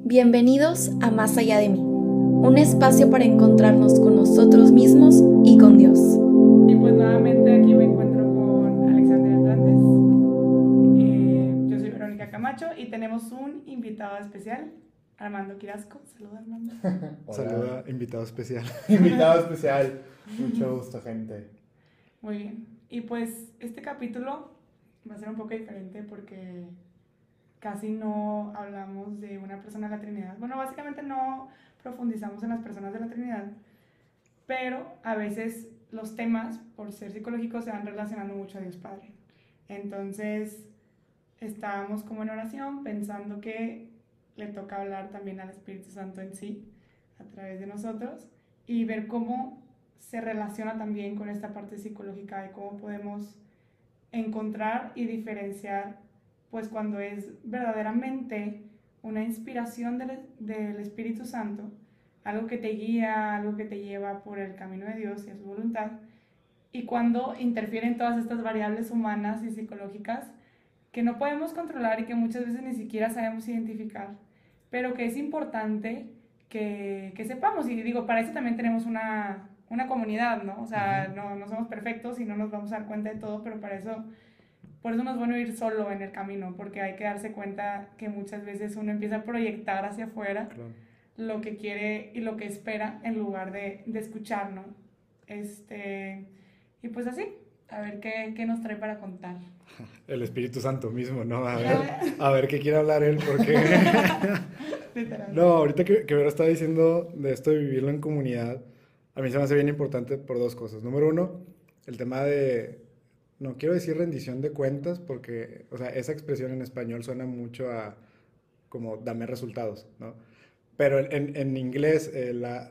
Bienvenidos a Más Allá de mí, un espacio para encontrarnos con nosotros mismos y con Dios. Y pues nuevamente aquí me encuentro con Alexander Hernández. Yo soy Verónica Camacho y tenemos un invitado especial, Armando Quirasco. Saluda, Armando. Saluda, invitado especial. Invitado especial. Mucho gusto, gente. Muy bien. Y pues este capítulo va a ser un poco diferente porque casi no hablamos de una persona de la Trinidad. Bueno, básicamente no profundizamos en las personas de la Trinidad, pero a veces los temas, por ser psicológicos, se van relacionando mucho a Dios Padre. Entonces, estábamos como en oración pensando que le toca hablar también al Espíritu Santo en sí, a través de nosotros, y ver cómo se relaciona también con esta parte psicológica de cómo podemos encontrar y diferenciar, pues cuando es verdaderamente una inspiración del Espíritu Santo, algo que te guía, algo que te lleva por el camino de Dios y a su voluntad, y cuando interfieren todas estas variables humanas y psicológicas que no podemos controlar y que muchas veces ni siquiera sabemos identificar, pero que es importante que sepamos. Y digo, para eso también tenemos una comunidad, ¿no? O sea, no somos perfectos y no nos vamos a dar cuenta de todo, pero por eso no es bueno ir solo en el camino, porque hay que darse cuenta que muchas veces uno empieza a proyectar hacia afuera lo que quiere y lo que espera en lugar de escuchar, ¿no? Y pues así, a ver qué nos trae para contar. El Espíritu Santo mismo, ¿no? A ver qué quiere hablar él, porque... No, ahorita que Vera está diciendo de esto de vivirlo en comunidad, a mí se me hace bien importante por dos cosas. Número uno, el tema de, no quiero decir rendición de cuentas, porque, o sea, esa expresión en español suena mucho a como dame resultados, ¿no? Pero en inglés, la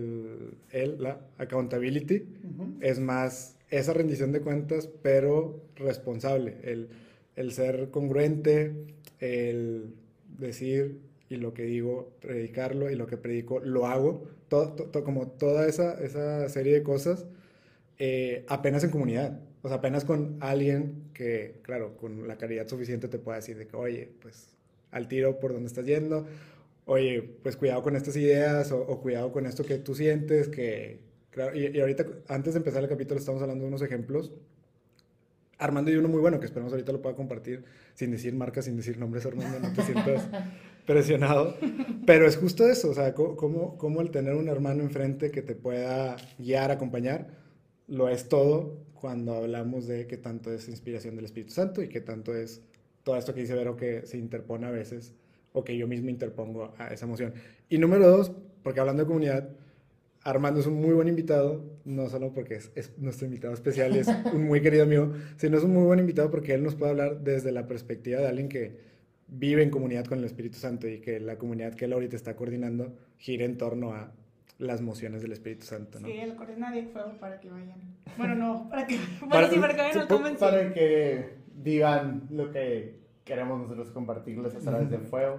accountability es más esa rendición de cuentas, pero responsable. El ser congruente, el decir y lo que digo, predicarlo y lo que predico, lo hago. Como toda esa serie de cosas, apenas en comunidad. O sea, apenas con alguien que, claro, con la caridad suficiente te pueda decir de que, oye, pues al tiro por donde estás yendo, oye, pues cuidado con estas ideas o cuidado con esto que tú sientes, que, claro, y ahorita, antes de empezar el capítulo, estamos hablando de unos ejemplos. Armando y uno muy bueno, que esperemos ahorita lo pueda compartir, sin decir marcas, sin decir nombres, Armando, no te sientas presionado. Pero es justo eso, o sea, cómo el tener un hermano enfrente que te pueda guiar, acompañar, lo es todo cuando hablamos de qué tanto es inspiración del Espíritu Santo y qué tanto es todo esto que dice Vero que se interpone a veces o que yo mismo interpongo a esa emoción. Y número dos, porque hablando de comunidad, Armando es un muy buen invitado, no solo porque es nuestro invitado especial, es un muy querido amigo, sino es un muy buen invitado porque él nos puede hablar desde la perspectiva de alguien que vive en comunidad con el Espíritu Santo y que la comunidad que él ahorita está coordinando gira en torno a las mociones del Espíritu Santo, ¿no? Sí, el coordina de fuego para que vayan. Bueno, no, para que vayan al convención. Para que digan lo que queremos nosotros compartirles a través del fuego.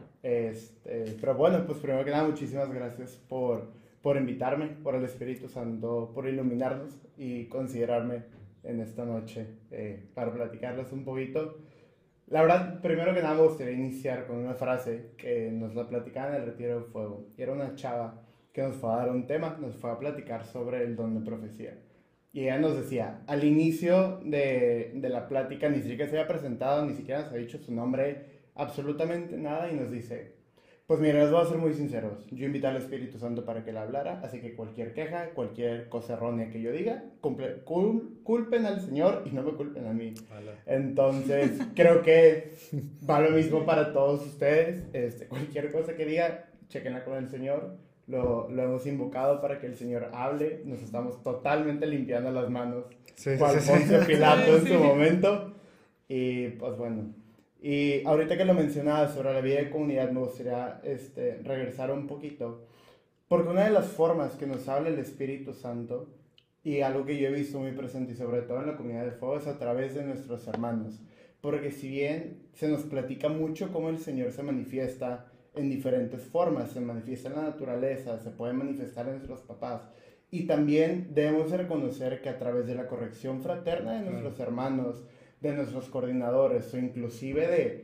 Pero bueno, pues primero que nada, muchísimas gracias por invitarme, por el Espíritu Santo, por iluminarnos y considerarme en esta noche para platicarles un poquito. La verdad, primero que nada me gustaría iniciar con una frase que nos la platicaba en el Retiro del Fuego. Y era una chava que nos fue a dar un tema, nos fue a platicar sobre el don de profecía. Y ella nos decía, al inicio de la plática, ni siquiera se había presentado, ni siquiera nos ha dicho su nombre, absolutamente nada, y nos dice, pues mira, les voy a ser muy sinceros, yo invité al Espíritu Santo para que le hablara, así que cualquier queja, cualquier cosa errónea que yo diga, culpen al Señor y no me culpen a mí. Vale. Entonces, creo que va lo mismo para todos ustedes, cualquier cosa que diga, chequenla con el Señor. Lo hemos invocado para que el Señor hable, nos estamos totalmente limpiando las manos, cual Poncio Pilato en su momento, y pues bueno, y ahorita que lo mencionabas sobre la vida de comunidad, me gustaría regresar un poquito, porque una de las formas que nos habla el Espíritu Santo, y algo que yo he visto muy presente, y sobre todo en la comunidad de fuego, es a través de nuestros hermanos, porque si bien se nos platica mucho cómo el Señor se manifiesta en diferentes formas, se manifiesta en la naturaleza, se puede manifestar en nuestros papás, y también debemos reconocer que a través de la corrección fraterna de nuestros hermanos, de nuestros coordinadores, o inclusive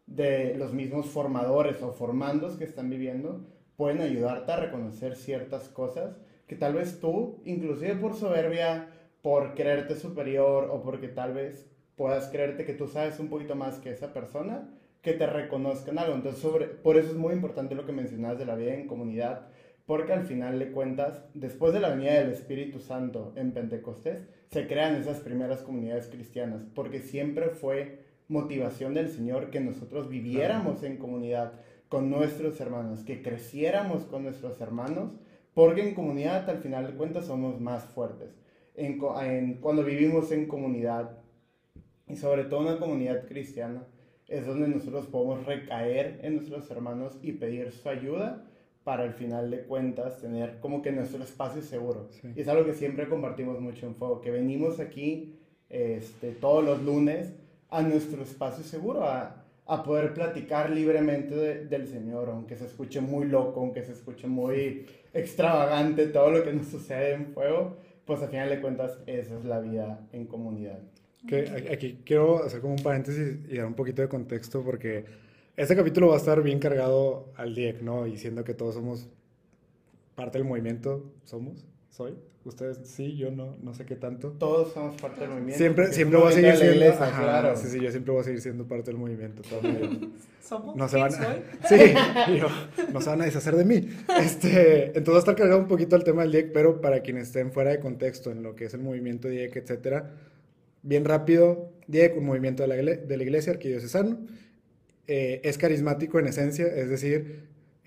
de los mismos formadores o formandos que están viviendo pueden ayudarte a reconocer ciertas cosas que tal vez tú, inclusive por soberbia, por creerte superior o porque tal vez puedas creerte que tú sabes un poquito más que esa persona, que te reconozcan algo. Entonces, por eso es muy importante lo que mencionabas de la vida en comunidad, porque al final de cuentas, después de la venida del Espíritu Santo en Pentecostés, se crean esas primeras comunidades cristianas, porque siempre fue motivación del Señor que nosotros viviéramos en comunidad con nuestros hermanos, que creciéramos con nuestros hermanos, porque en comunidad al final de cuentas somos más fuertes. Cuando vivimos en comunidad, y sobre todo una comunidad cristiana, es donde nosotros podemos recaer en nuestros hermanos y pedir su ayuda para al final de cuentas tener como que nuestro espacio seguro. Sí. Y es algo que siempre compartimos mucho en Fuego, que venimos aquí todos los lunes a nuestro espacio seguro, a poder platicar libremente del Señor, aunque se escuche muy loco, aunque se escuche muy extravagante todo lo que nos sucede en Fuego, pues al final de cuentas esa es la vida en comunidad. Que aquí quiero hacer como un paréntesis y dar un poquito de contexto porque este capítulo va a estar bien cargado al DIEC, ¿no? Y siendo que todos somos parte del movimiento, soy. Ustedes sí, yo no sé qué tanto. Todos somos parte del movimiento. Siempre voy a seguir siendo. Iglesia, Ajá, claro. Sí, yo siempre voy a seguir siendo parte del movimiento. Toda mi vida. ¿Somos? No se van ¿Quién soy? Sí, no se van a deshacer de mí. Entonces va a estar cargado un poquito el tema del DIEC, pero para quienes estén fuera de contexto en lo que es el movimiento DIEC, etcétera, bien rápido, DIEC, un movimiento de la iglesia arquidiocesano, es carismático en esencia, es decir,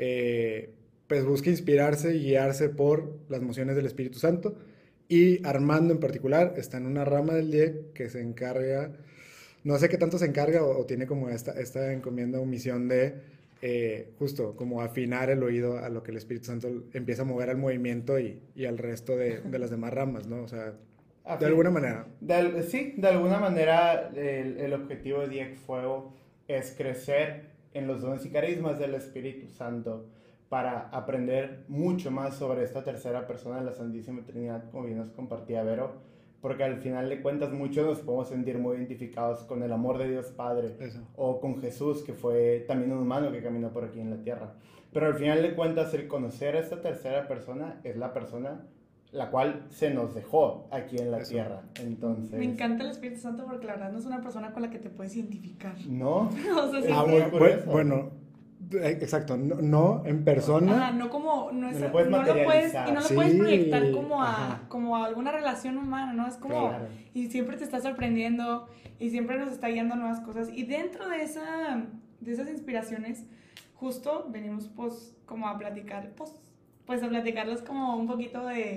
pues busca inspirarse y guiarse por las mociones del Espíritu Santo, y Armando en particular está en una rama del DIEC que se encarga, no sé qué tanto se encarga o tiene como esta encomienda o misión de justo como afinar el oído a lo que el Espíritu Santo empieza a mover al movimiento y al resto de las demás ramas, ¿no? O sea, de alguna manera. Sí, de alguna manera el objetivo de DIEC Fuego es crecer en los dones y carismas del Espíritu Santo para aprender mucho más sobre esta tercera persona de la Santísima Trinidad, como bien nos compartía Vero, porque al final de cuentas muchos nos podemos sentir muy identificados con el amor de Dios Padre. Eso. O con Jesús, que fue también un humano que caminó por aquí en la tierra. Pero al final de cuentas el conocer a esta tercera persona es la persona la cual se nos dejó aquí en la tierra. Entonces, Me encanta el Espíritu Santo porque la verdad no es una persona con la que te puedes identificar. ¿no? O sea, sí Bueno, exacto, no en persona. no como, no es, No lo puedes no lo puedes, materializar. y no lo Sí, puedes proyectar ajá. como a alguna relación humana, ¿no? Es como, Claro. y siempre te está sorprendiendo, y siempre nos está guiando a nuevas cosas, y dentro de esas inspiraciones, justo venimos pues como a platicar, pues a platicarles como un poquito de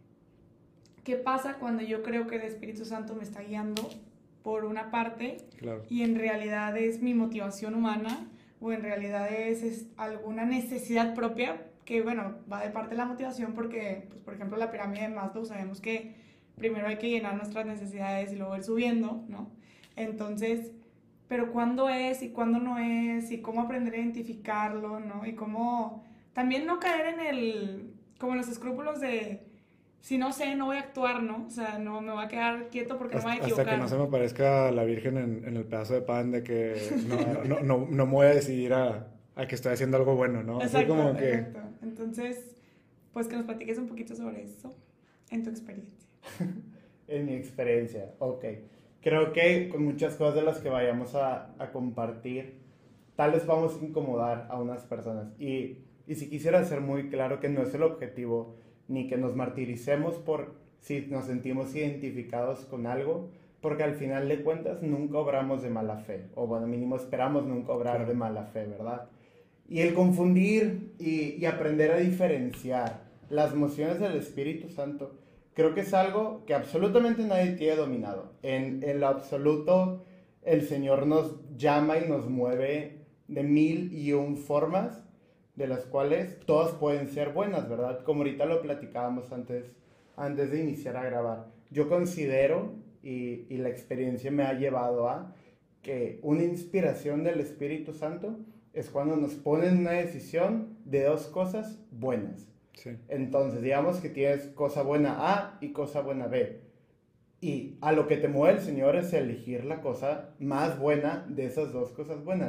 qué pasa cuando yo creo que el Espíritu Santo me está guiando por una parte, Claro. y en realidad es mi motivación humana, o en realidad es alguna necesidad propia, que bueno, va de parte de la motivación porque, pues por ejemplo, la pirámide de Maslow sabemos que primero hay que llenar nuestras necesidades y luego ir subiendo, ¿no? Entonces, pero cuándo es y cuándo no es, y cómo aprender a identificarlo, ¿no? Y cómo también no caer como en los escrúpulos de, si no sé, no voy a actuar, ¿no? O sea, no me voy a quedar quieto porque no me voy a equivocar. Hasta que no se me aparezca la Virgen en el pedazo de pan de que no me voy a decidir a que estoy haciendo algo bueno, ¿no? Así Exacto, como que... exacto. Entonces, pues que nos platiques un poquito sobre eso, en tu experiencia. En mi experiencia, ok. Creo que con muchas cosas de las que vayamos a compartir, tal vez vamos a incomodar a unas personas. Y si quisiera ser muy claro que no es el objetivo, ni que nos martiricemos por si nos sentimos identificados con algo, porque al final de cuentas nunca obramos de mala fe, o bueno, mínimo esperamos nunca obrar de mala fe, ¿verdad? Y el confundir y aprender a diferenciar las mociones del Espíritu Santo, creo que es algo que absolutamente nadie tiene dominado. En lo absoluto, el Señor nos llama y nos mueve de 1001 formas, de las cuales todas pueden ser buenas, ¿verdad? Como ahorita lo platicábamos antes de iniciar a grabar. Yo considero, y la experiencia me ha llevado a, que una inspiración del Espíritu Santo es cuando nos ponen una decisión de dos cosas buenas. Sí. Entonces, digamos que tienes cosa buena A y cosa buena B. Y a lo que te mueve el Señor es elegir la cosa más buena de esas dos cosas buenas.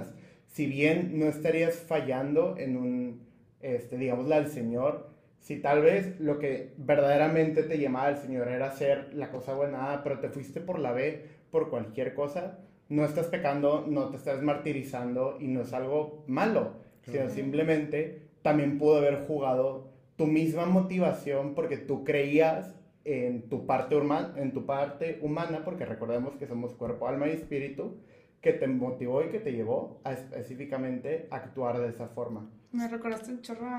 si bien no estarías fallando en digámosle al Señor, si tal vez lo que verdaderamente te llamaba al Señor era hacer la cosa buena, pero te fuiste por la B, por cualquier cosa, no estás pecando, no te estás martirizando y no es algo malo, sino simplemente también pudo haber jugado tu misma motivación porque tú creías en tu parte humana, porque recordemos que somos cuerpo, alma y espíritu, que te motivó y que te llevó a específicamente actuar de esa forma. Me recordaste un chorro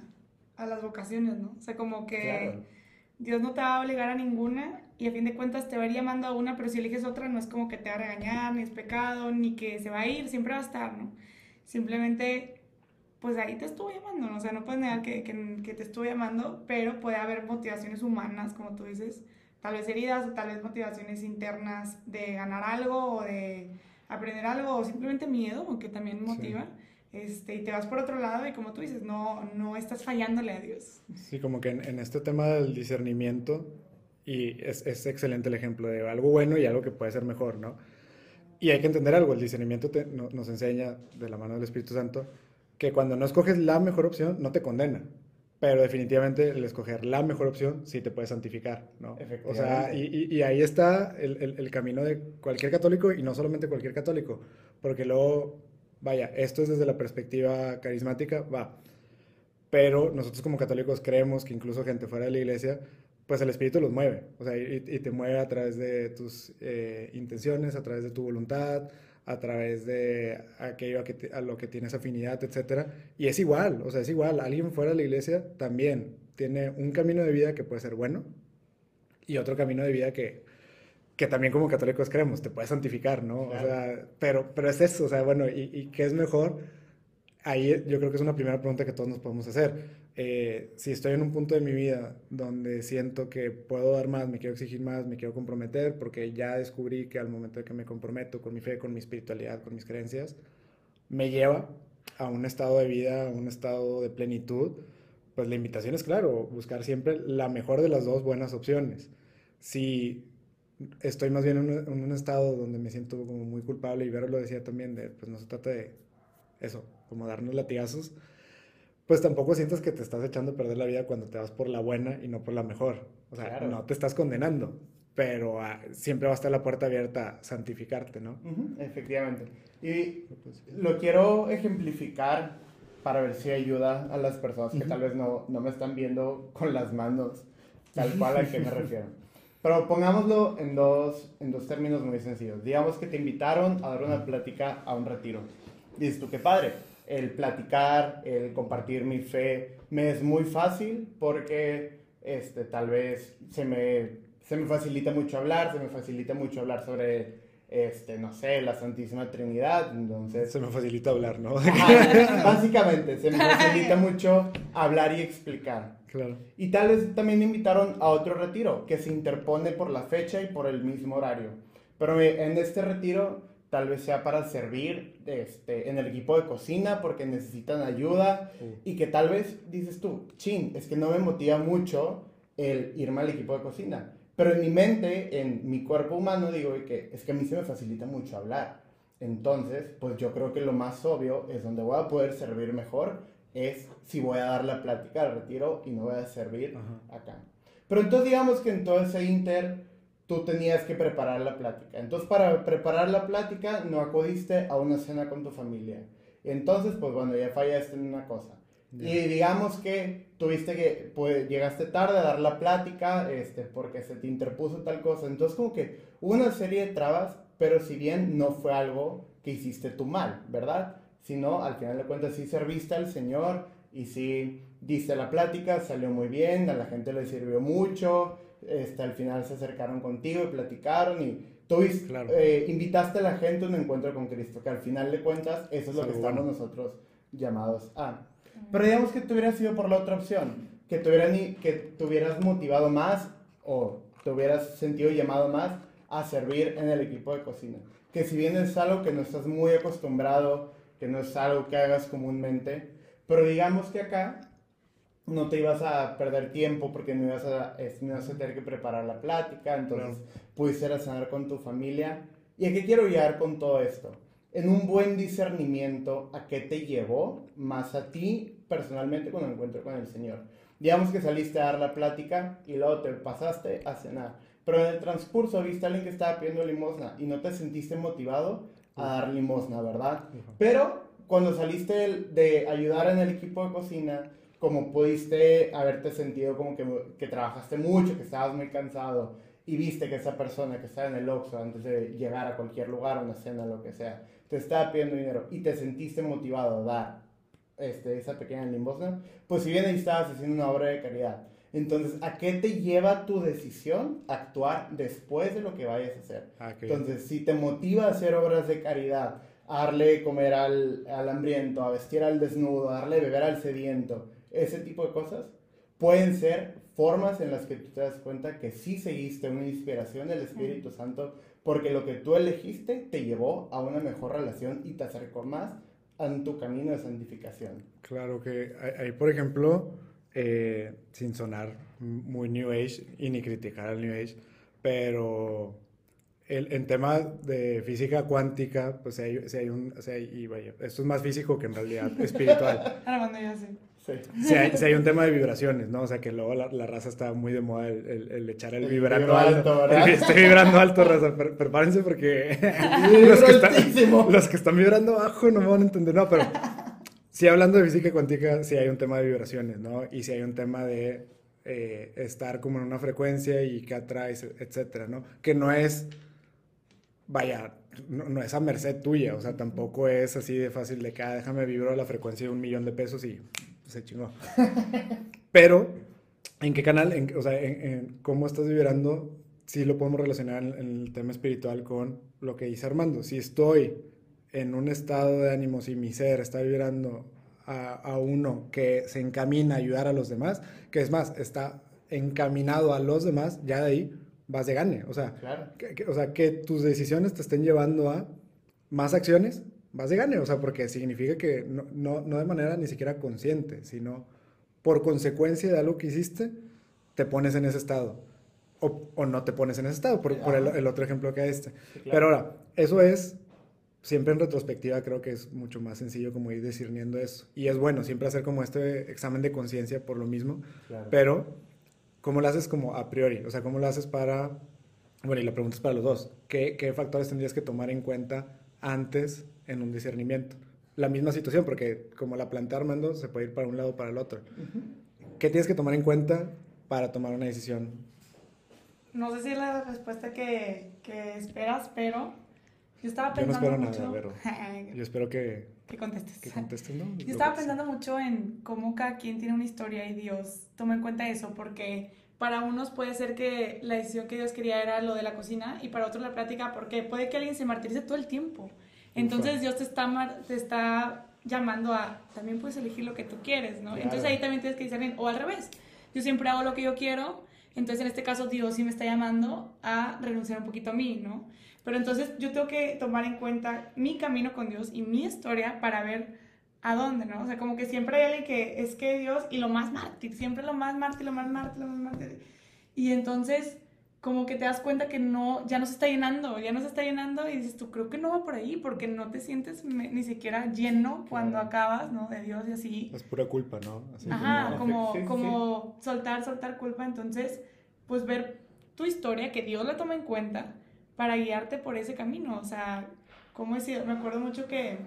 a las vocaciones, ¿no? O sea, como que Claro. Dios no te va a obligar a ninguna y a fin de cuentas te va a ir llamando a una, pero si eliges otra no es como que te va a regañar, ni es pecado, ni que se va a ir, siempre va a estar, ¿no? Simplemente, pues ahí te estuvo llamando, ¿no? O sea, no puedes negar que te estuvo llamando, pero puede haber motivaciones humanas, como tú dices, tal vez heridas o tal vez motivaciones internas de ganar algo o de aprender algo o simplemente miedo, aunque también motiva. Y te vas por otro lado y como tú dices, no estás fallándole a Dios. Sí, como que en este tema del discernimiento, y es excelente el ejemplo de algo bueno y algo que puede ser mejor, ¿no? Y hay que entender algo, el discernimiento nos enseña de la mano del Espíritu Santo que cuando no escoges la mejor opción no te condena, pero definitivamente el escoger la mejor opción sí te puede santificar, ¿no? O sea, y ahí está el camino de cualquier católico y no solamente cualquier católico, porque luego, vaya, esto es desde la perspectiva carismática, va, pero nosotros como católicos creemos que incluso gente fuera de la iglesia, pues el Espíritu los mueve, o sea, y te mueve a través de tus intenciones, a través de tu voluntad, a través de aquello a lo que tienes afinidad, etcétera. Y es igual, o sea, es igual, alguien fuera de la iglesia también tiene un camino de vida que puede ser bueno y otro camino de vida que también como católicos creemos, te puede santificar, ¿no? Claro. O sea, pero es eso, o sea, bueno, ¿y qué es mejor? Ahí yo creo que es una primera pregunta que todos nos podemos hacer. Si estoy en un punto de mi vida donde siento que puedo dar más, me quiero exigir más, me quiero comprometer, porque ya descubrí que al momento de que me comprometo con mi fe, con mi espiritualidad, con mis creencias, me lleva a un estado de vida, a un estado de plenitud, pues la invitación es claro, buscar siempre la mejor de las dos buenas opciones. Si estoy más bien en un estado donde me siento como muy culpable, y Vero lo decía también, pues no se trata de eso, como darnos latigazos, pues tampoco sientas que te estás echando a perder la vida cuando te vas por la buena y no por la mejor. O sea, Claro. no te estás condenando, pero siempre va a estar la puerta abierta a santificarte, ¿no? Efectivamente. Y lo quiero ejemplificar para ver si ayuda a las personas que tal vez no me están viendo con las manos, tal cual a qué me refiero. Pero pongámoslo en dos términos muy sencillos. Digamos que te invitaron a dar una plática a un retiro. Dices tú, qué padre. El platicar, el compartir mi fe, me es muy fácil porque tal vez se me facilita mucho hablar, sobre, no sé, la Santísima Trinidad, entonces... Se me facilita hablar, ¿no? Ajá, básicamente, se me facilita mucho hablar y explicar. Claro. Y tal vez también me invitaron a otro retiro que se interpone por la fecha y por el mismo horario. Pero en este retiro tal vez sea para servir en el equipo de cocina porque necesitan ayuda y que tal vez dices tú, chin, es que no me motiva mucho el irme al equipo de cocina. Pero en mi mente, en mi cuerpo humano, digo que es que a mí se me facilita mucho hablar. Entonces, pues yo creo que lo más obvio es donde voy a poder servir mejor es si voy a dar la plática al retiro y no voy a servir acá. Pero entonces digamos que en todo ese inter tú tenías que preparar la plática. Entonces para preparar la plática no acudiste a una cena con tu familia. Entonces pues bueno, ya fallaste en una cosa. Y digamos que llegaste tarde a dar la plática porque se te interpuso tal cosa. Entonces como que hubo una serie de trabas, pero si bien no fue algo que hiciste tú mal, ¿verdad? Sino al final de cuentas sí serviste al Señor y sí diste la plática, salió muy bien, a la gente le sirvió mucho, al final se acercaron contigo y platicaron y tú invitaste a la gente a un encuentro con Cristo, que al final de cuentas eso es lo que estamos nosotros llamados a. Pero digamos que tú hubieras ido por la otra opción, que te hubieras motivado más o te hubieras sentido llamado más a servir en el equipo de cocina. Que si bien es algo que no estás muy acostumbrado, que no es algo que hagas comúnmente, pero digamos que acá no te ibas a perder tiempo porque no ibas a tener que preparar la plática, entonces pudiste cenar con tu familia. ¿Y a qué quiero llegar con todo esto? en un buen discernimiento a qué te llevó más a ti personalmente con el encuentro con el Señor. Digamos que saliste a dar la plática y luego te pasaste a cenar, pero en el transcurso viste a alguien que estaba pidiendo limosna y no te sentiste motivado a dar limosna, ¿verdad? Pero cuando saliste de ayudar en el equipo de cocina, como pudiste haberte sentido como que trabajaste mucho, que estabas muy cansado y viste que esa persona que estaba en el Oxxo antes de llegar a cualquier lugar, una cena, lo que sea, te estaba pidiendo dinero y te sentiste motivado a dar esa pequeña limosna, pues si bien ahí estabas haciendo una obra de caridad. Entonces, ¿a qué te lleva tu decisión actuar después de lo que vayas a hacer? Entonces, si te motiva a hacer obras de caridad, a darle de comer al hambriento, a vestir al desnudo, a darle de beber al sediento, ese tipo de cosas, pueden ser formas en las que tú te das cuenta que sí seguiste una inspiración del Espíritu Santo, porque lo que tú elegiste te llevó a una mejor relación y te acercó más en tu camino de santificación. Claro que ahí, por ejemplo, sin sonar muy New Age y ni criticar al New Age, pero en temas de física cuántica, pues y vaya, esto es más físico que en realidad espiritual. Armando ya sé. Sí hay un tema de vibraciones, ¿no? O sea, que luego la raza está muy de moda el echar el vibrando alto, ¿verdad? Estoy vibrando alto, raza, prepárense porque los que están vibrando bajo no me van a entender, no, pero sí, hablando de física cuántica, sí hay un tema de vibraciones, ¿no? Y sí hay un tema de estar como en una frecuencia y qué atraes, etcétera, ¿no? Que no es, vaya, no es a merced tuya, o sea, tampoco es así de fácil de que déjame vibrar a la frecuencia de $1,000,000 y se chingó. Pero, ¿en qué canal? O sea, en cómo estás vibrando, sí lo podemos relacionar en el tema espiritual con lo que dice Armando. Si estoy en un estado de ánimo, si mi ser está vibrando a uno que se encamina a ayudar a los demás, que es más, está encaminado a los demás, ya de ahí vas de gane. O sea, claro. que tus decisiones te estén llevando a más acciones, vas de gane. O sea, porque significa que no de manera ni siquiera consciente, sino por consecuencia de algo que hiciste, te pones en ese estado. O no te pones en ese estado, por el otro ejemplo que Sí, claro. Pero ahora, eso es, siempre en retrospectiva creo que es mucho más sencillo como ir discerniendo eso. Y es bueno siempre hacer como este examen de conciencia por lo mismo, claro. Pero ¿cómo lo haces como a priori? O sea, ¿cómo lo haces para... Bueno, y la pregunta es para los dos. ¿Qué factores tendrías que tomar en cuenta antes en un discernimiento? La misma situación, porque como la plantea Armando, se puede ir para un lado o para el otro. ¿Qué tienes que tomar en cuenta para tomar una decisión? No sé si es la respuesta que esperas, pero yo estaba pensando Yo no mucho... espero nada, pero yo espero que contestes. Que contestes, ¿no? Yo estaba pensando mucho en cómo cada quien tiene una historia y Dios toma en cuenta eso, porque para unos puede ser que la decisión que Dios quería era lo de la cocina y para otros la práctica, porque puede que alguien se martirice todo el tiempo. Entonces Dios te está llamando a, también puedes elegir lo que tú quieres, ¿no? Claro. Entonces ahí también tienes que discernir, o al revés, yo siempre hago lo que yo quiero, entonces en este caso Dios sí me está llamando a renunciar un poquito a mí, ¿no? Pero entonces yo tengo que tomar en cuenta mi camino con Dios y mi historia para ver a dónde, ¿no? O sea, como que siempre hay alguien que es que Dios y lo más mártir, siempre lo más mártir. Y entonces como que te das cuenta que ya no se está llenando y dices tú, creo que no va por ahí porque no te sientes ni siquiera lleno cuando acabas, ¿no? De Dios y así. Es pura culpa, ¿no? Así como soltar culpa. Entonces, pues ver tu historia, que Dios la toma en cuenta para guiarte por ese camino. O sea, ¿cómo decir? Me acuerdo mucho que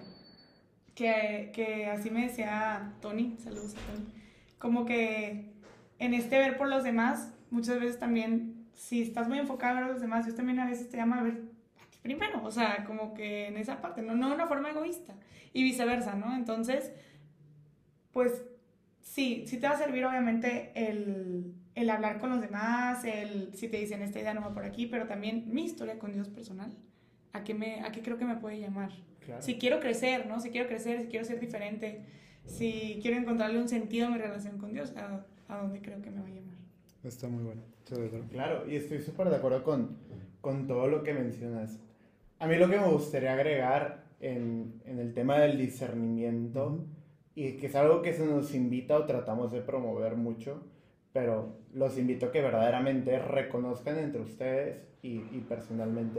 así me decía Tony, saludos a Tony, como que en ver por los demás, muchas veces también, si estás muy enfocado a ver a los demás, Dios también a veces te llama a ver a ti primero, o sea, como que en esa parte, no de una forma egoísta, y viceversa, ¿no? Entonces, pues, sí te va a servir obviamente el hablar con los demás, si te dicen esta idea no va por aquí, pero también mi historia con Dios personal, ¿a qué creo que me puede llamar? Claro. Si quiero crecer, ¿no? Si quiero ser diferente, si quiero encontrarle un sentido a mi relación con Dios, ¿a dónde creo que me va a llamar? Está muy bueno. Claro, y estoy súper de acuerdo con todo lo que mencionas. A mí lo que me gustaría agregar en el tema del discernimiento, y que es algo que se nos invita o tratamos de promover mucho, pero los invito a que verdaderamente reconozcan entre ustedes y personalmente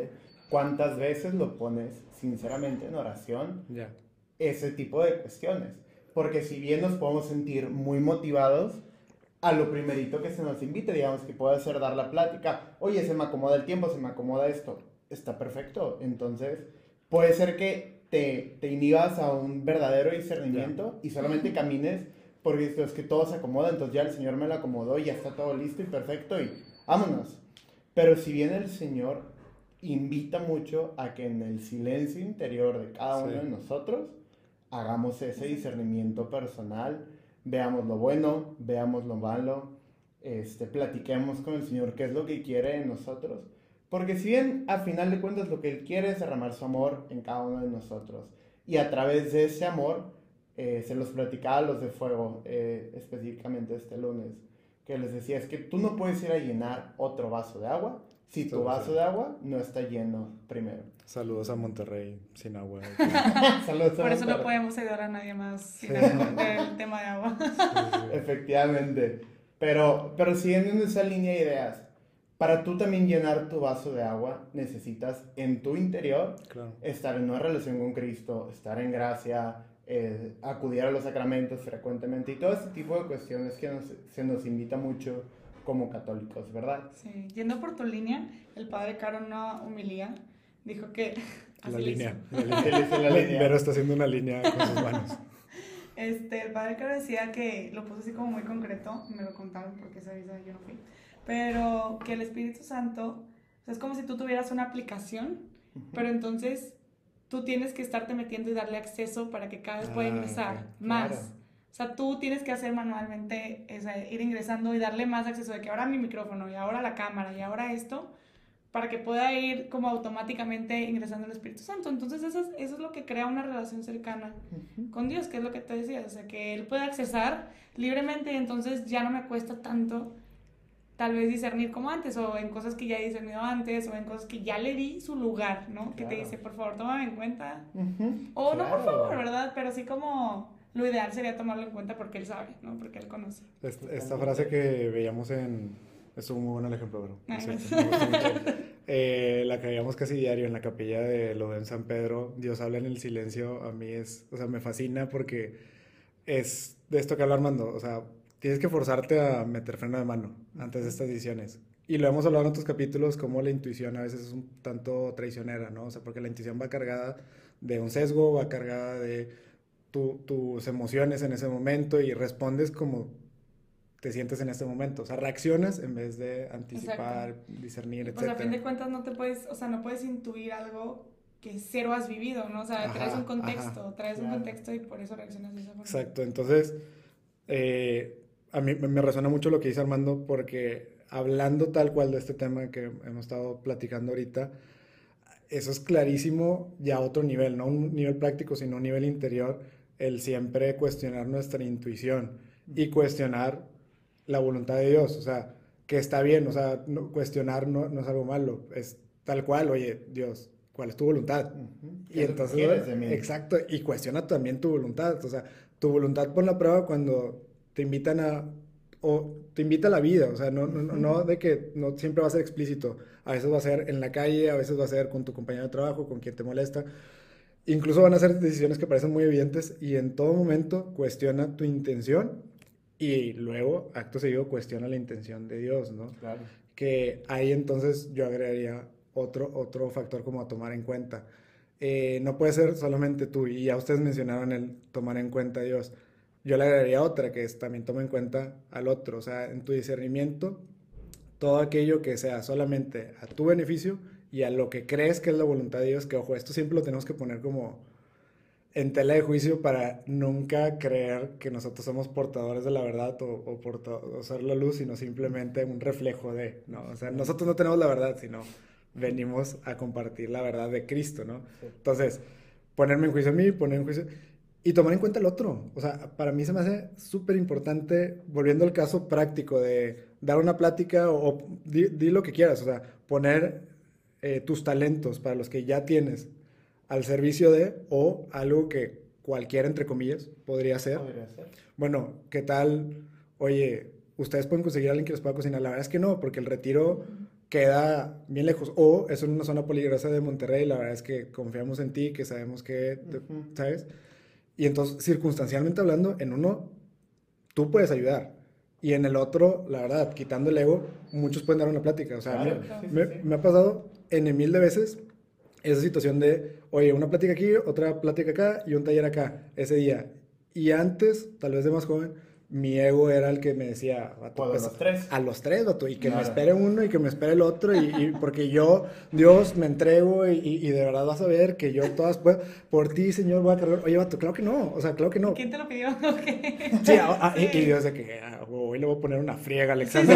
¿cuántas veces lo pones sinceramente en oración? Ya. Ese tipo de cuestiones. Porque si bien nos podemos sentir muy motivados, a lo primerito que se nos invite, digamos que puede ser dar la plática, oye, se me acomoda el tiempo, se me acomoda esto, está perfecto. Entonces, puede ser que te inhibas a un verdadero discernimiento y solamente camines porque esto es que todo se acomoda, entonces ya el Señor me lo acomodó y ya está todo listo y perfecto y vámonos. Pero si bien el Señor invita mucho a que en el silencio interior de cada uno de nosotros hagamos ese discernimiento personal, veamos lo bueno, veamos lo malo, platiquemos con el Señor qué es lo que quiere de nosotros, porque si bien a final de cuentas lo que Él quiere es derramar su amor en cada uno de nosotros, y a través de ese amor, se los platicaba a los de Fuego, específicamente este lunes, que les decía, es que tú no puedes ir a llenar otro vaso de agua si tu vaso de agua no está lleno primero. Saludos a Monterrey sin agua. Saludos a Por eso Monterrey. no podemos ayudar a nadie más sin el tema de agua. Efectivamente. Pero siguiendo en esa línea de ideas, para tú también llenar tu vaso de agua, necesitas en tu interior estar en una relación con Cristo, estar en gracia, acudir a los sacramentos frecuentemente y todo este tipo de cuestiones que se nos invita mucho como católicos, ¿verdad? Sí, yendo por tu línea, el padre Caro en una homilía dijo que... La línea. Pero está haciendo una línea con sus manos. El padre Caro decía que lo puso así como muy concreto, me lo contaron porque esa vez yo no fui, pero que el Espíritu Santo, o sea, es como si tú tuvieras una aplicación, pero entonces tú tienes que estarte metiendo y darle acceso para que cada vez pueda ingresar más. Claro. O sea, tú tienes que hacer manualmente, ir ingresando y darle más acceso de que ahora mi micrófono y ahora la cámara y ahora esto, para que pueda ir como automáticamente ingresando el Espíritu Santo. Entonces eso es lo que crea una relación cercana con Dios, que es lo que te decía, o sea, que Él puede accesar libremente y entonces ya no me cuesta tanto tal vez discernir como antes, o en cosas que ya he discernido antes, o en cosas que ya le di su lugar, ¿no? Que te dice, por favor, tómame en cuenta. O no, por favor, ¿verdad? Pero sí como lo ideal sería tomarlo en cuenta porque Él sabe, ¿no? Porque Él conoce. Esta frase que veíamos estuvo muy bueno el ejemplo, bro. Ay, la que veíamos casi diario en la capilla de Loden San Pedro, Dios habla en el silencio, a mí o sea, me fascina porque es de esto que habla Armando, o sea, tienes que forzarte a meter freno de mano antes de estas decisiones. Y lo hemos hablado en otros capítulos, como la intuición a veces es un tanto traicionera, ¿no? O sea, porque la intuición va cargada de un sesgo, va cargada de tus emociones en ese momento y respondes como te sientes en este momento. O sea, reaccionas en vez de anticipar, discernir, etc. Pues a fin de cuentas no puedes intuir algo que cero has vivido, ¿no? O sea, traes un contexto, un contexto y por eso reaccionas de esa forma. Exacto, entonces a mí me resuena mucho lo que dice Armando porque hablando tal cual de este tema que hemos estado platicando ahorita, eso es clarísimo ya a otro nivel, no un nivel práctico, sino un nivel interior, el siempre cuestionar nuestra intuición y cuestionar la voluntad de Dios, o sea, que está bien, o sea, cuestionar no es algo malo, es tal cual, oye, Dios, ¿cuál es tu voluntad? Y entonces, exacto, y cuestiona también tu voluntad, o sea, tu voluntad pon la prueba cuando te invitan o te invita a la vida, o sea, no de que no siempre va a ser explícito, a veces va a ser en la calle, a veces va a ser con tu compañero de trabajo, con quien te molesta, incluso van a ser decisiones que parecen muy evidentes y en todo momento cuestiona tu intención y luego, acto seguido, cuestiona la intención de Dios, ¿no? Claro. Que ahí entonces yo agregaría otro factor como a tomar en cuenta. No puede ser solamente tú, y ya ustedes mencionaron el tomar en cuenta a Dios. Yo le agregaría otra, que es también toma en cuenta al otro, o sea, en tu discernimiento, todo aquello que sea solamente a tu beneficio y a lo que crees que es la voluntad de Dios, que ojo, esto siempre lo tenemos que poner como en tela de juicio para nunca creer que nosotros somos portadores de la verdad o ser la luz, sino simplemente un reflejo de, ¿no? O sea, nosotros no tenemos la verdad, sino venimos a compartir la verdad de Cristo, ¿no? Sí. Entonces, ponerme en juicio a mí, poner en juicio y tomar en cuenta el otro. O sea, para mí se me hace súper importante, volviendo al caso práctico de dar una plática o di lo que quieras, o sea, poner tus talentos para los que ya tienes al servicio de, o algo que cualquiera, entre comillas, podría ser. Bueno, ¿qué tal? Oye, ¿ustedes pueden conseguir a alguien que les pueda cocinar? La verdad es que no, porque el retiro queda bien lejos. O es en una zona peligrosa de Monterrey, la verdad es que confiamos en ti, que sabemos que, ¿sabes? Y entonces, circunstancialmente hablando, en uno tú puedes ayudar. Y en el otro, la verdad, quitando el ego, muchos pueden dar una plática. O sea, Claro, me ha pasado en mil de veces esa situación de, oye, una plática aquí, otra plática acá y un taller acá, ese día. Y antes, tal vez de más joven, mi ego era el que me decía, vato, ¿Puedo pues, los tres? a los tres, vato, y que me Claro. espere uno y que me espere el otro, y porque yo, Dios, me entrego y de verdad vas a ver que yo todas puedo, por ti, Señor, voy a cargar. Oye, vato, claro que no, o sea, claro que no. ¿Quién te lo pidió? ¿Qué? Sí, Sí. y Dios de que hoy le voy a poner una friega, Alexander.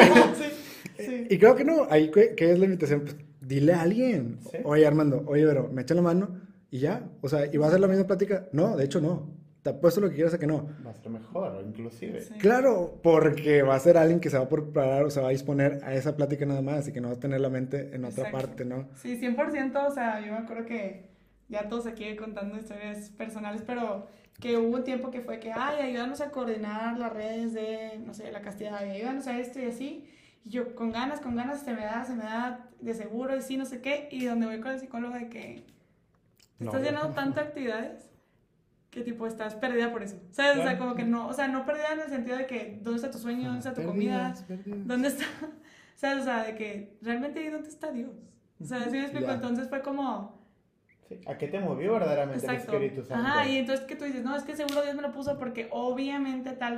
Sí. Y creo que no, ahí, ¿qué es la invitación? Pues dile a alguien, Sí. oye, Armando, oye, Vero, me echa la mano y ya, o sea, ¿y va a ser la misma plática? No, de hecho no, te apuesto lo que quieras a que no. Va a ser mejor, inclusive. Sí. Claro, porque va a ser alguien que se va a preparar o se va a disponer a esa plática nada más y que no va a tener la mente en otra Exacto. parte, ¿no? Sí, 100%, o sea, yo me acuerdo que ya todos aquí contando historias personales, pero que hubo un tiempo que fue que, ay, ayúdanos a coordinar las redes de, no sé, la castidad, ayúdanos a esto y así. Y yo, con ganas, se me da de seguro y sí, no sé qué. Y donde voy con el psicólogo de que te No. estás llenando tanto de actividades que tipo estás perdida por eso. ¿Sabes? O sea, como que no, o sea, no perdida en el sentido de que dónde está tu sueño, dónde está tu comida, Perdidas. dónde está, ¿sabes? O sea, de que realmente dónde está Dios. O sea, ¿sí me explico? Ya. Entonces fue como, Sí. ¿A qué te movió verdaderamente el exacto. Espíritu Santo? Ajá, y entonces que tú dices, no, es que seguro Dios me lo puso porque obviamente tal,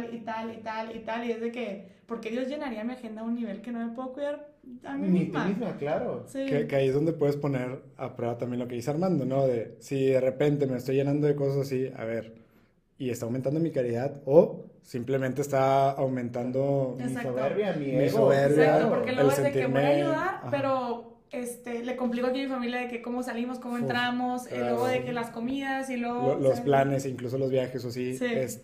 y es de que, porque Dios llenaría mi agenda a un nivel que no me puedo cuidar a mí Ni misma. tú misma, claro. Sí. Que ahí es donde puedes poner a prueba también lo que dice Armando, ¿no? De si de repente me estoy llenando de cosas así, a ver, y está aumentando mi caridad o simplemente está aumentando Mi Exacto. soberbia, mi Mi ego. soberbia, Exacto, porque luego el es de que voy a sentirme- ayudar, ajá. pero le complico aquí a mi familia de que cómo salimos, cómo Uf, entramos, claro. luego de que las comidas y luego... Los o sea, planes, incluso los viajes o sí, Sí.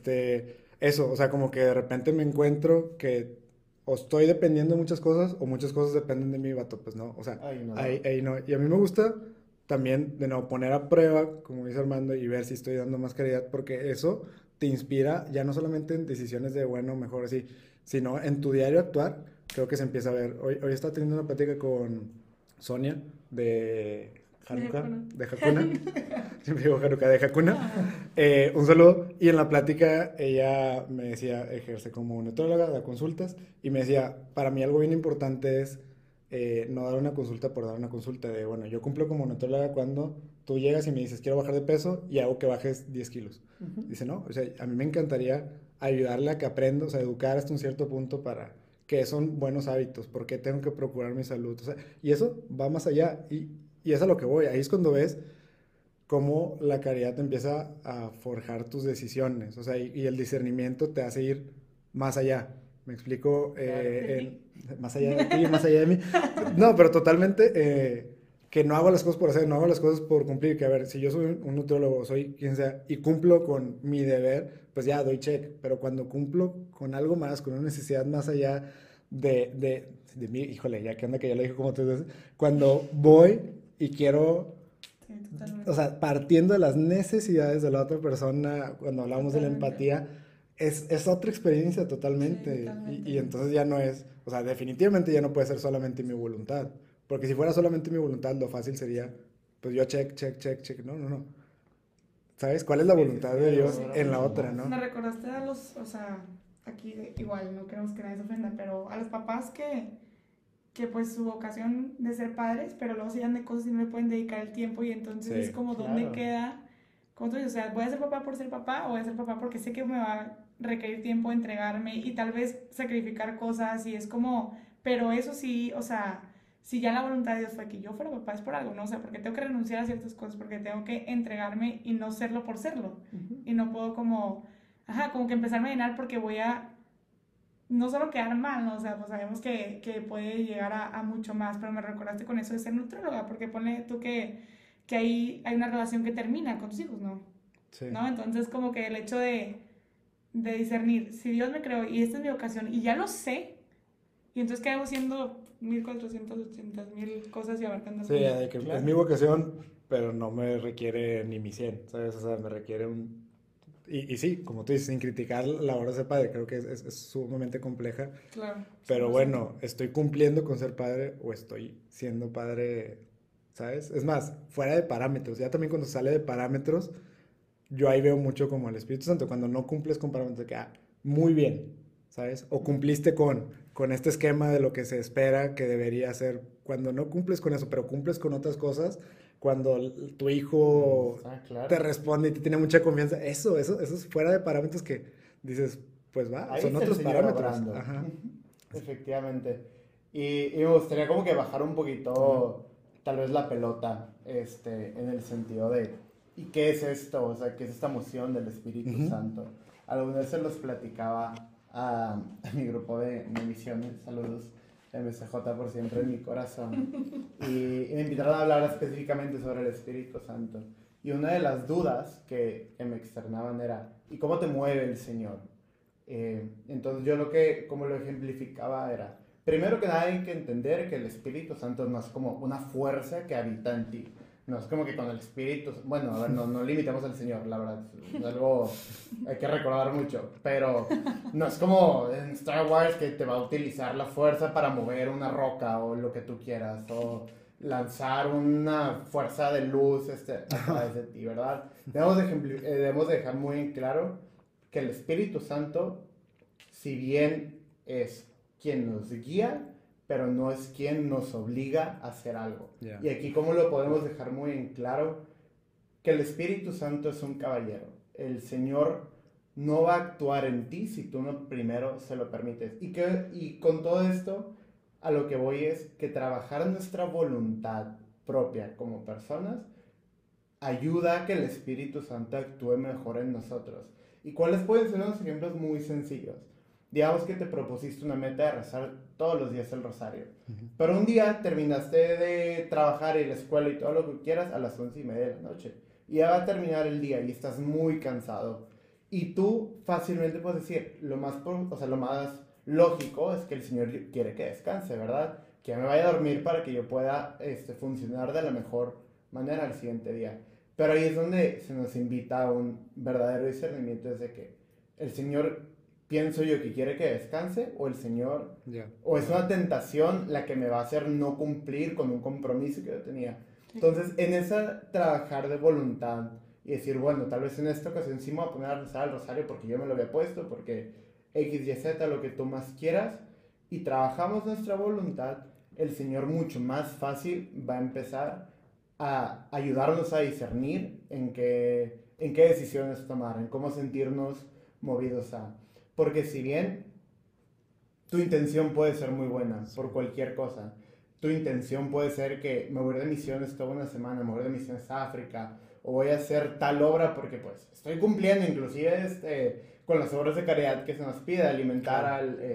Eso, o sea, como que de repente me encuentro que o estoy dependiendo de muchas cosas o muchas cosas dependen de mi vato, pues no, o sea, Ahí no. ahí no. Y a mí me gusta también, de nuevo, poner a prueba, como dice Armando, y ver si estoy dando más caridad, porque eso te inspira ya no solamente en decisiones de bueno, mejor así, sino en tu diario actuar, creo que se empieza a ver. Hoy estaba teniendo una plática con Sonia de Hanukkah, de Hakuna, siempre digo Hanukkah, de Hakuna, un saludo, y en la plática ella me decía, ejerce como nutróloga, da consultas, y me decía, para mí algo bien importante es no dar una consulta por dar una consulta, de bueno, yo cumplo como nutróloga cuando tú llegas y me dices, quiero bajar de peso, y hago que bajes 10 kilos. Dice, no, o sea, a mí me encantaría ayudarle a que aprenda, o sea, educar hasta un cierto punto para que son buenos hábitos, porque tengo que procurar mi salud, o sea, y eso va más allá, y es a lo que voy, ahí es cuando ves cómo la caridad te empieza a forjar tus decisiones, o sea, y el discernimiento te hace ir más allá. ¿Me explico? Más allá de ti, más allá de mí. No, pero totalmente que no hago las cosas por hacer, no hago las cosas por cumplir. Que a ver, si yo soy un nutriólogo, soy quien sea, y cumplo con mi deber, pues ya doy check. Pero cuando cumplo con algo más, con una necesidad más allá de mí, híjole, ya que anda que ya lo dije como 3 veces, cuando voy y quiero, Sí, totalmente. o sea, partiendo de las necesidades de la otra persona, cuando hablamos de la Totalmente. empatía, es otra experiencia totalmente. Sí, totalmente. Y entonces ya no es, o sea, definitivamente ya no puede ser solamente mi voluntad. Porque si fuera solamente mi voluntad, lo fácil sería, pues yo check. No, no, no. ¿Sabes? ¿Cuál es la voluntad de Dios en la otra, no? Me recordaste a los, o sea, aquí igual, no queremos que nadie se ofenda, pero a los papás que pues su vocación de ser padres, pero luego se llenan de cosas y no le pueden dedicar el tiempo y entonces Sí, es como claro. dónde queda, como tú dices, o sea, voy a ser papá por ser papá o voy a ser papá porque sé que me va a requerir tiempo entregarme y tal vez sacrificar cosas y es como, pero eso sí, o sea, si ya la voluntad de Dios fue que yo fuera papá es por algo, ¿no? O sea, porque tengo que renunciar a ciertas cosas, porque tengo que entregarme y no serlo por serlo y no puedo como, ajá, como que empezarme a llenar porque voy a no solo quedar mal, ¿no? O sea, pues sabemos que puede llegar a mucho más, pero me recordaste con eso de ser nutróloga, porque pone tú que ahí hay una relación que termina con tus hijos, ¿no? Sí. ¿No? Entonces como que el hecho de discernir, si Dios me creó y esta es mi vocación y ya lo sé, y entonces ¿qué hago siendo 1480,000 cosas y abarcando el Sí, mundo? de que Claro. es mi vocación, pero no me requiere ni mi 100, ¿sabes? O sea, me requiere un... y sí, como tú dices, sin criticar la labor de ser padre, creo que es sumamente compleja. Claro. Pero 100%. bueno, ¿estoy cumpliendo con ser padre o estoy siendo padre, sabes? Es más, fuera de parámetros, ya también cuando sale de parámetros, yo ahí veo mucho como el Espíritu Santo, cuando no cumples con parámetros, de que, muy bien, ¿sabes? O cumpliste con este esquema de lo que se espera que debería ser, cuando no cumples con eso, pero cumples con otras cosas, cuando tu hijo Claro. te responde y te tiene mucha confianza, eso es fuera de parámetros que dices, pues va, Ahí son está el otros Señor parámetros. obrando. Ajá. Efectivamente. Y me gustaría como que bajar un poquito, tal vez la pelota, en el sentido de, ¿y qué es esto? O sea, ¿qué es esta emoción del Espíritu Santo? Alguna vez se los platicaba a mi grupo de misiones, saludos, MCJ por siempre en mi corazón, y me invitaron a hablar específicamente sobre el Espíritu Santo. Y una de las dudas que me externaban era, ¿y cómo te mueve el Señor? Entonces yo como lo ejemplificaba era, primero que nada hay que entender que el Espíritu Santo no es como una fuerza que habita en ti. No es como que con el Espíritu, bueno, a ver, no limitemos al Señor, la verdad, es algo hay que recordar mucho, pero no es como en Star Wars que te va a utilizar la fuerza para mover una roca o lo que tú quieras, o lanzar una fuerza de luz a través de ti, ¿verdad? Debemos dejar muy en claro que el Espíritu Santo, si bien es quien nos guía, pero no es quien nos obliga a hacer algo. Yeah. Y aquí, ¿cómo lo podemos dejar muy en claro? Que el Espíritu Santo es un caballero. El Señor no va a actuar en ti si tú no primero se lo permites. Y con todo esto, a lo que voy es que trabajar nuestra voluntad propia como personas ayuda a que el Espíritu Santo actúe mejor en nosotros. ¿Y cuáles pueden ser unos ejemplos muy sencillos? Digamos que te propusiste una meta de rezar todos los días el rosario. Pero un día terminaste de trabajar en la escuela y todo lo que quieras a las 11:30 de la noche. Y ya va a terminar el día y estás muy cansado. Y tú fácilmente puedes decir, lo más lógico es que el Señor quiere que descanse, ¿verdad? Que me vaya a dormir para que yo pueda funcionar de la mejor manera al siguiente día. Pero ahí es donde se nos invita a un verdadero discernimiento, es de que el Señor, pienso yo, que quiere que descanse, o el Señor, o es una tentación la que me va a hacer no cumplir con un compromiso que yo tenía. Entonces, en esa trabajar de voluntad y decir, bueno, tal vez en esta ocasión sí me voy a poner a rezar el rosario porque yo me lo había puesto, porque X, Y, Z, lo que tú más quieras, y trabajamos nuestra voluntad, el Señor mucho más fácil va a empezar a ayudarnos a discernir en qué decisiones tomar, en cómo sentirnos movidos a... Porque si bien tu intención puede ser muy buena por cualquier cosa, tu intención puede ser que me voy de misiones toda una semana, me voy de misiones a África, o voy a hacer tal obra porque pues estoy cumpliendo inclusive con las obras de caridad que se nos pide, alimentar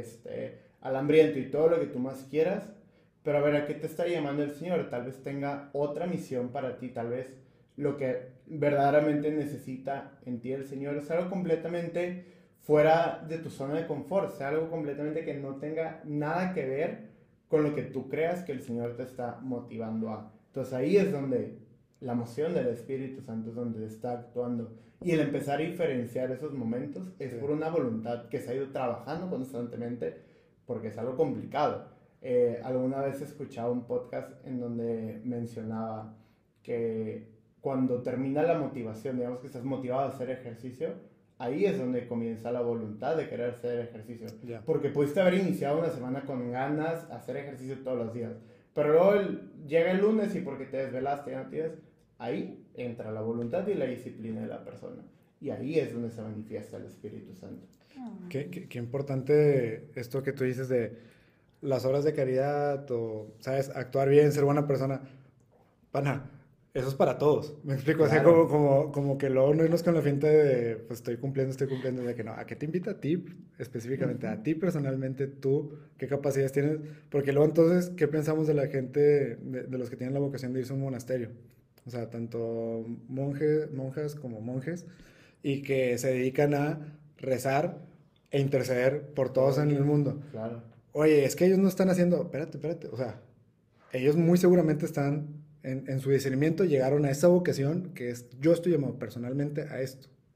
al hambriento y todo lo que tú más quieras, pero a ver, ¿a qué te está llamando el Señor? Tal vez tenga otra misión para ti, tal vez lo que verdaderamente necesita en ti el Señor es algo completamente fuera de tu zona de confort, sea algo completamente que no tenga nada que ver con lo que tú creas que el Señor te está motivando a. Entonces ahí es donde la emoción del Espíritu Santo es donde está actuando. Y el empezar a diferenciar esos momentos es por una voluntad que se ha ido trabajando constantemente, porque es algo complicado. Alguna vez escuchaba un podcast en donde mencionaba que cuando termina la motivación, digamos que estás motivado a hacer ejercicio, ahí es donde comienza la voluntad de querer hacer ejercicio. Yeah. Porque pudiste haber iniciado una semana con ganas de hacer ejercicio todos los días. Pero luego llega el lunes y porque te desvelaste ya no tienes. Ahí entra la voluntad y la disciplina de la persona. Y ahí es donde se manifiesta el Espíritu Santo. Qué importante esto que tú dices de las obras de caridad o, ¿sabes? Actuar bien, ser buena persona. Pana, eso es para todos, me explico, Claro. o sea, como que luego no irnos con la finta de, pues estoy cumpliendo, de que no, ¿a qué te invita a ti específicamente? A ti personalmente, tú, ¿qué capacidades tienes? Porque luego entonces, ¿qué pensamos de la gente, de los que tienen la vocación de irse a un monasterio? O sea, tanto monjas como monjes, y que se dedican a rezar e interceder por todos en el mundo. Claro. Oye, es que ellos no están haciendo, espérate, o sea, ellos muy seguramente están en su discernimiento, llegaron a esa vocación que es, yo estoy llamado personalmente a esto,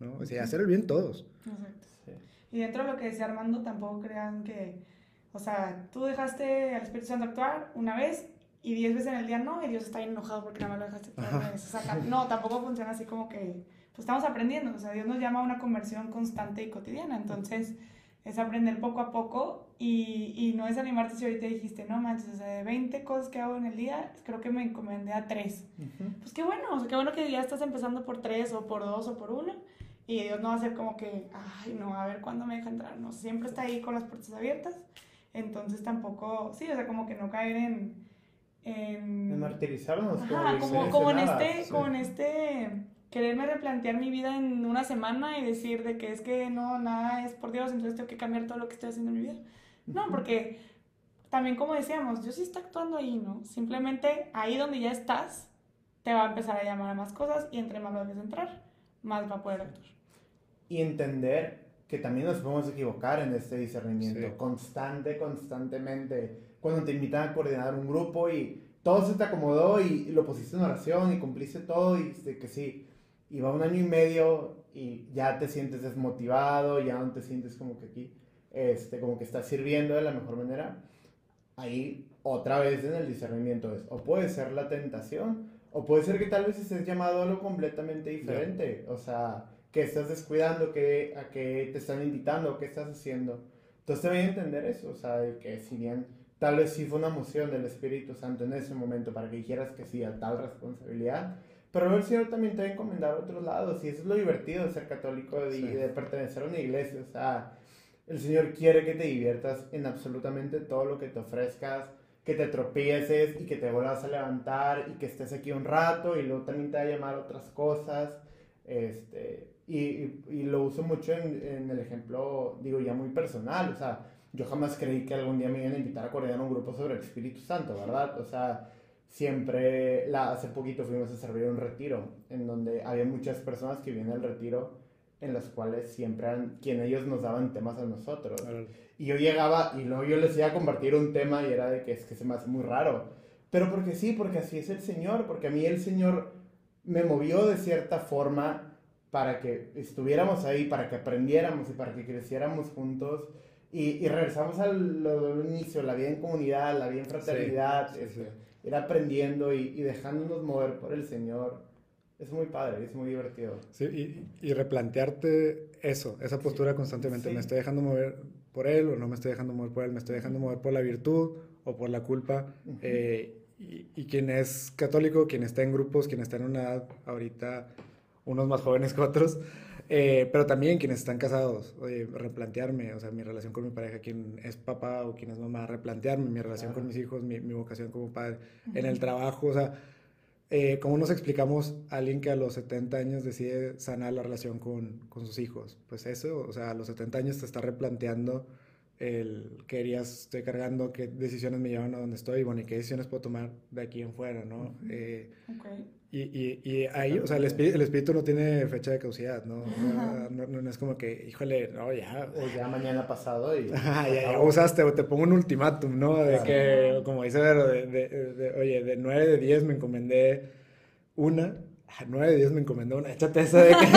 ¿no? O sea, hacer el bien todos. Exacto. Sí. Y dentro de lo que decía Armando, tampoco crean que, o sea, tú dejaste al Espíritu Santo actuar una vez y 10 veces en el día no, y Dios está bien enojado porque nada más lo dejaste actuar una vez. O sea, no, tampoco funciona así como que, pues estamos aprendiendo, o sea, Dios nos llama a una conversión constante y cotidiana, entonces es aprender poco a poco y no desanimarte si ahorita dijiste, no manches, o sea, de 20 cosas que hago en el día, creo que me encomendé a 3. Pues qué bueno, o sea, qué bueno que ya estás empezando por 3 o por 2 o por 1 y Dios no va a ser como que, ay, no, a ver cuándo me deja entrar, no, siempre está ahí con las puertas abiertas, entonces tampoco, sí, o sea, como que no caer en martirizarnos. ajá, como como mencionabas. en este quererme replantear mi vida en una semana y decir de que es que no, nada es por Dios, entonces tengo que cambiar todo lo que estoy haciendo en mi vida. No, porque también como decíamos, Dios sí está actuando ahí, ¿no? Simplemente ahí donde ya estás, te va a empezar a llamar a más cosas y entre más lo dejes entrar, más va a poder actuar. Y entender que también nos podemos equivocar en este discernimiento, Sí. constantemente. Cuando te invitan a coordinar un grupo y todo se te acomodó y lo pusiste en oración y cumpliste todo y dijiste que sí. Y va 1 año y medio y ya te sientes desmotivado, ya no te sientes como que aquí, como que estás sirviendo de la mejor manera. Ahí otra vez en el discernimiento es, o puede ser la tentación, o puede ser que tal vez estés llamado a algo completamente diferente, o sea, que estás descuidando, a qué te están invitando, qué estás haciendo. Entonces deben entender eso, o sea, de que si bien tal vez sí fue una moción del Espíritu Santo en ese momento para que dijeras que sí a tal responsabilidad, pero el Señor también te va a encomendar a otros lados, y eso es lo divertido de ser católico y Sí. de pertenecer a una iglesia, o sea, el Señor quiere que te diviertas en absolutamente todo lo que te ofrezcas, que te tropieces y que te vuelvas a levantar y que estés aquí un rato y luego también te va a llamar a otras cosas. Y lo uso mucho en el ejemplo, digo, ya muy personal. O sea, yo jamás creí que algún día me iban a invitar a coordinar un grupo sobre el Espíritu Santo, ¿verdad? O sea, hace poquito fuimos a servir un retiro en donde había muchas personas que vienen al retiro en los cuales siempre eran quien ellos nos daban temas a nosotros. Órale. Y yo llegaba y luego yo les iba a compartir un tema y era de que es que se me hace muy raro. Pero porque sí, porque así es el Señor, porque a mí el Señor me movió de cierta forma para que estuviéramos ahí, para que aprendiéramos y para que creciéramos juntos. Y regresamos al inicio, la vida en comunidad, la vida en fraternidad, Sí. ir aprendiendo y dejándonos mover por el Señor. Es muy padre, es muy divertido. Sí, y replantearte eso, esa postura constantemente. Sí. ¿Me estoy dejando mover por él o no me estoy dejando mover por él? ¿Me estoy dejando mover por la virtud o por la culpa? Ujú. Y quien es católico, quien está en grupos, quien está en una edad ahorita, unos más jóvenes que otros, pero también quienes están casados, oye, replantearme, o sea, mi relación con mi pareja, quien es papá o quien es mamá, replantearme mi relación Claro. con mis hijos, mi vocación como padre, en el trabajo, o sea, ¿cómo nos explicamos a alguien que a los 70 años decide sanar la relación con sus hijos? Pues eso, o sea, a los 70 años te está replanteando el qué heridas estoy cargando, qué decisiones me llevan a donde estoy, y bueno, y qué decisiones puedo tomar de aquí en fuera, ¿no? Okay. Y ahí, o sea, el espíritu no tiene fecha de caducidad, ¿no? No es como que, híjole, no, ya. O ya mañana pasado y... Ajá, ya usaste, o te pongo un ultimátum, ¿no? De Claro. que, como dice Vero, oye, de 9 de 10 me encomendé una. 9 de 10 me encomendé una. Échate esa de que.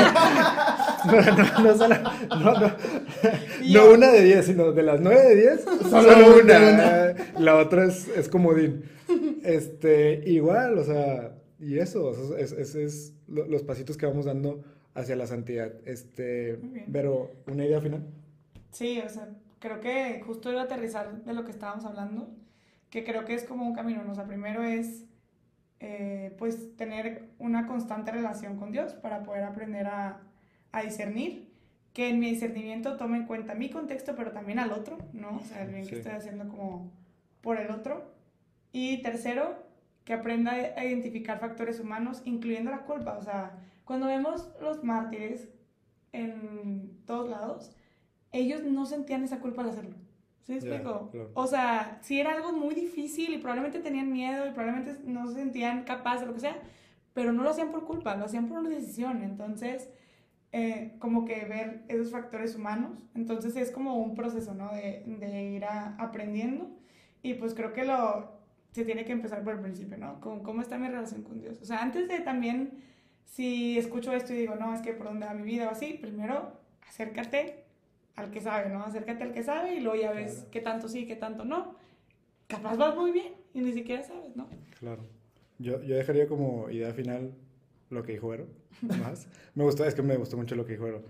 No una de 10, sino de las 9 de 10, solo una. La otra es comodín. Igual, o sea, y eso, es los pasitos que vamos dando hacia la santidad. Muy bien. Pero, ¿una idea final? Sí, o sea, creo que justo iba a aterrizar de lo que estábamos hablando, que creo que es como un camino, ¿no? O sea, primero es pues tener una constante relación con Dios para poder aprender a discernir, que en mi discernimiento tome en cuenta mi contexto, pero también al otro, ¿no? O sea, el bien que Sí. estoy haciendo como por el otro. Y tercero, que aprenda a identificar factores humanos, incluyendo la culpa. O sea, cuando vemos los mártires en todos lados, ellos no sentían esa culpa al hacerlo. ¿Sí me explico? Claro. O sea, sí era algo muy difícil y probablemente tenían miedo y probablemente no se sentían capaces o lo que sea, pero no lo hacían por culpa, lo hacían por una decisión. Entonces, como que ver esos factores humanos, entonces es como un proceso, ¿no? De ir aprendiendo y pues creo que se tiene que empezar por el principio, ¿no? Con cómo está mi relación con Dios. O sea, antes de también si escucho esto y digo, no, es que por dónde va mi vida o así, primero acércate al que sabe, ¿no? Acércate al que sabe y luego ya ves Claro. qué tanto sí, qué tanto no. Capaz vas muy bien y ni siquiera sabes, ¿no? Claro. Yo dejaría como idea final lo que dijo Vero, más. Es que me gustó mucho lo que dijo Vero.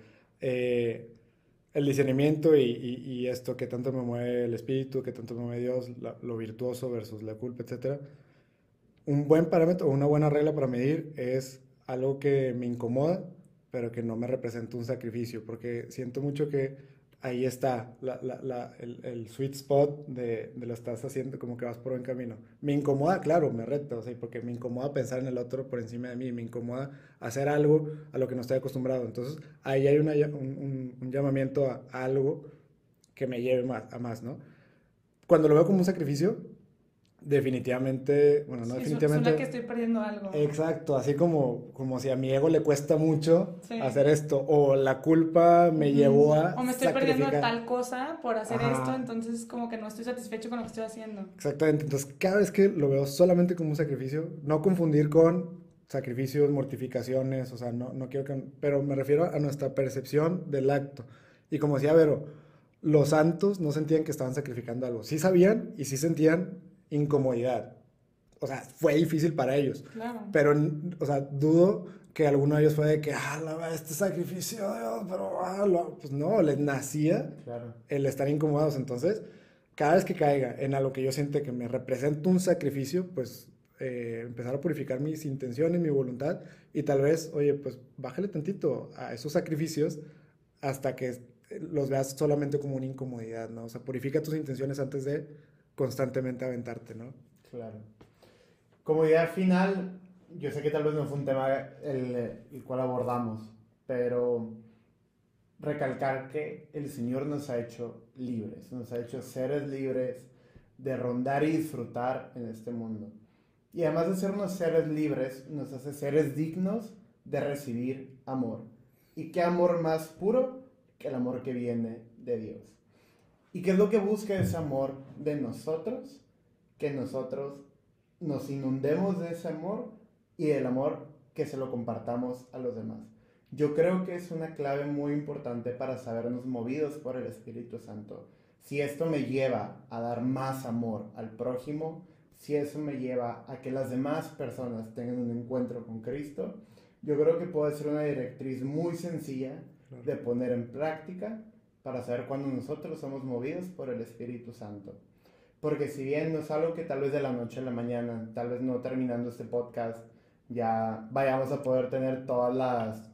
El discernimiento y esto que tanto me mueve el espíritu, que tanto me mueve Dios, lo virtuoso versus la culpa, etc. Un buen parámetro o una buena regla para medir es algo que me incomoda, pero que no me representa un sacrificio, porque siento mucho que ahí está el sweet spot de lo estás haciendo, como que vas por buen camino. Me incomoda, claro, me reta, o sea, porque me incomoda pensar en el otro por encima de mí, me incomoda hacer algo a lo que no estoy acostumbrado. Entonces, ahí hay un llamamiento a algo que me lleve a más, ¿no? Cuando lo veo como un sacrificio, definitivamente, bueno, no Sí, definitivamente. suena que estoy perdiendo algo. Exacto, así como si a mi ego le cuesta mucho Sí. hacer esto, o la culpa me llevó a O me estoy perdiendo sacrificar. tal cosa por hacer Ajá. esto, entonces como que no estoy satisfecho con lo que estoy haciendo. Exactamente, entonces cada vez que lo veo solamente como un sacrificio, no confundir con sacrificios, mortificaciones, o sea, no quiero que, pero me refiero a nuestra percepción del acto. Y como decía Vero, los santos no sentían que estaban sacrificando algo, sí sabían y sí sentían incomodidad. O sea, fue difícil para ellos. Claro. Pero, o sea, dudo que alguno de ellos fue de que, este sacrificio, Dios, pero, pues no, les nacía Claro. el estar incomodados. Entonces, cada vez que caiga en algo que yo siente que me representa un sacrificio, pues empezar a purificar mis intenciones, mi voluntad, y tal vez, oye, pues bájale tantito a esos sacrificios hasta que los veas solamente como una incomodidad, ¿no? O sea, purifica tus intenciones antes de constantemente aventarte, ¿no? Claro. Como idea final, yo sé que tal vez no fue un tema el cual abordamos, pero recalcar que el Señor nos ha hecho libres, nos ha hecho seres libres de rondar y disfrutar en este mundo. Y además de hacernos seres libres, nos hace seres dignos de recibir amor. ¿Y qué amor más puro que el amor que viene de Dios? ¿Y qué es lo que busca ese amor de nosotros? Que nosotros nos inundemos de ese amor y del amor que se lo compartamos a los demás. Yo creo que es una clave muy importante para sabernos movidos por el Espíritu Santo. Si esto me lleva a dar más amor al prójimo, si eso me lleva a que las demás personas tengan un encuentro con Cristo, yo creo que puede ser una directriz muy sencilla de poner en práctica para saber cuándo nosotros somos movidos por el Espíritu Santo. Porque si bien no es algo que tal vez de la noche a la mañana, tal vez no terminando este podcast, ya vayamos a poder tener todas las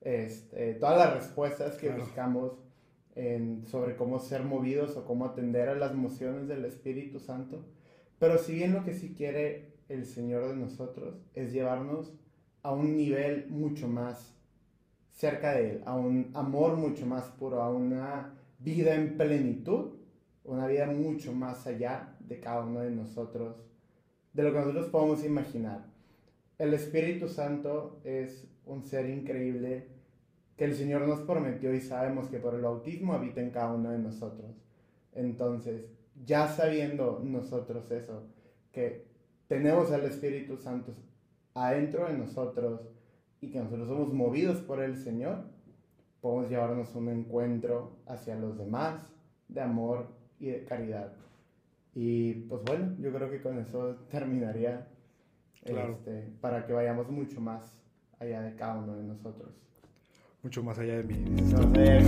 respuestas que buscamos sobre cómo ser movidos o cómo atender a las emociones del Espíritu Santo. Pero si bien lo que sí quiere el Señor de nosotros es llevarnos a un nivel mucho más cerca de Él, a un amor mucho más puro, a una vida en plenitud, una vida mucho más allá de cada uno de nosotros, de lo que nosotros podemos imaginar. El Espíritu Santo es un ser increíble que el Señor nos prometió y sabemos que por el bautismo habita en cada uno de nosotros. Entonces, ya sabiendo nosotros eso, que tenemos al Espíritu Santo adentro de nosotros y que nosotros somos movidos por el Señor, podemos llevarnos un encuentro hacia los demás de amor y de caridad. Y pues bueno, yo creo que con eso terminaría, Claro. para que vayamos mucho más allá de cada uno de nosotros. Mucho más allá de mí. Entonces,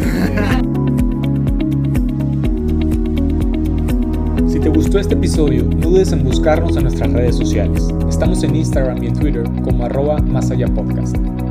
Si te gustó este episodio, no dudes en buscarnos en nuestras redes sociales. Estamos en Instagram y en Twitter como @masallapodcast.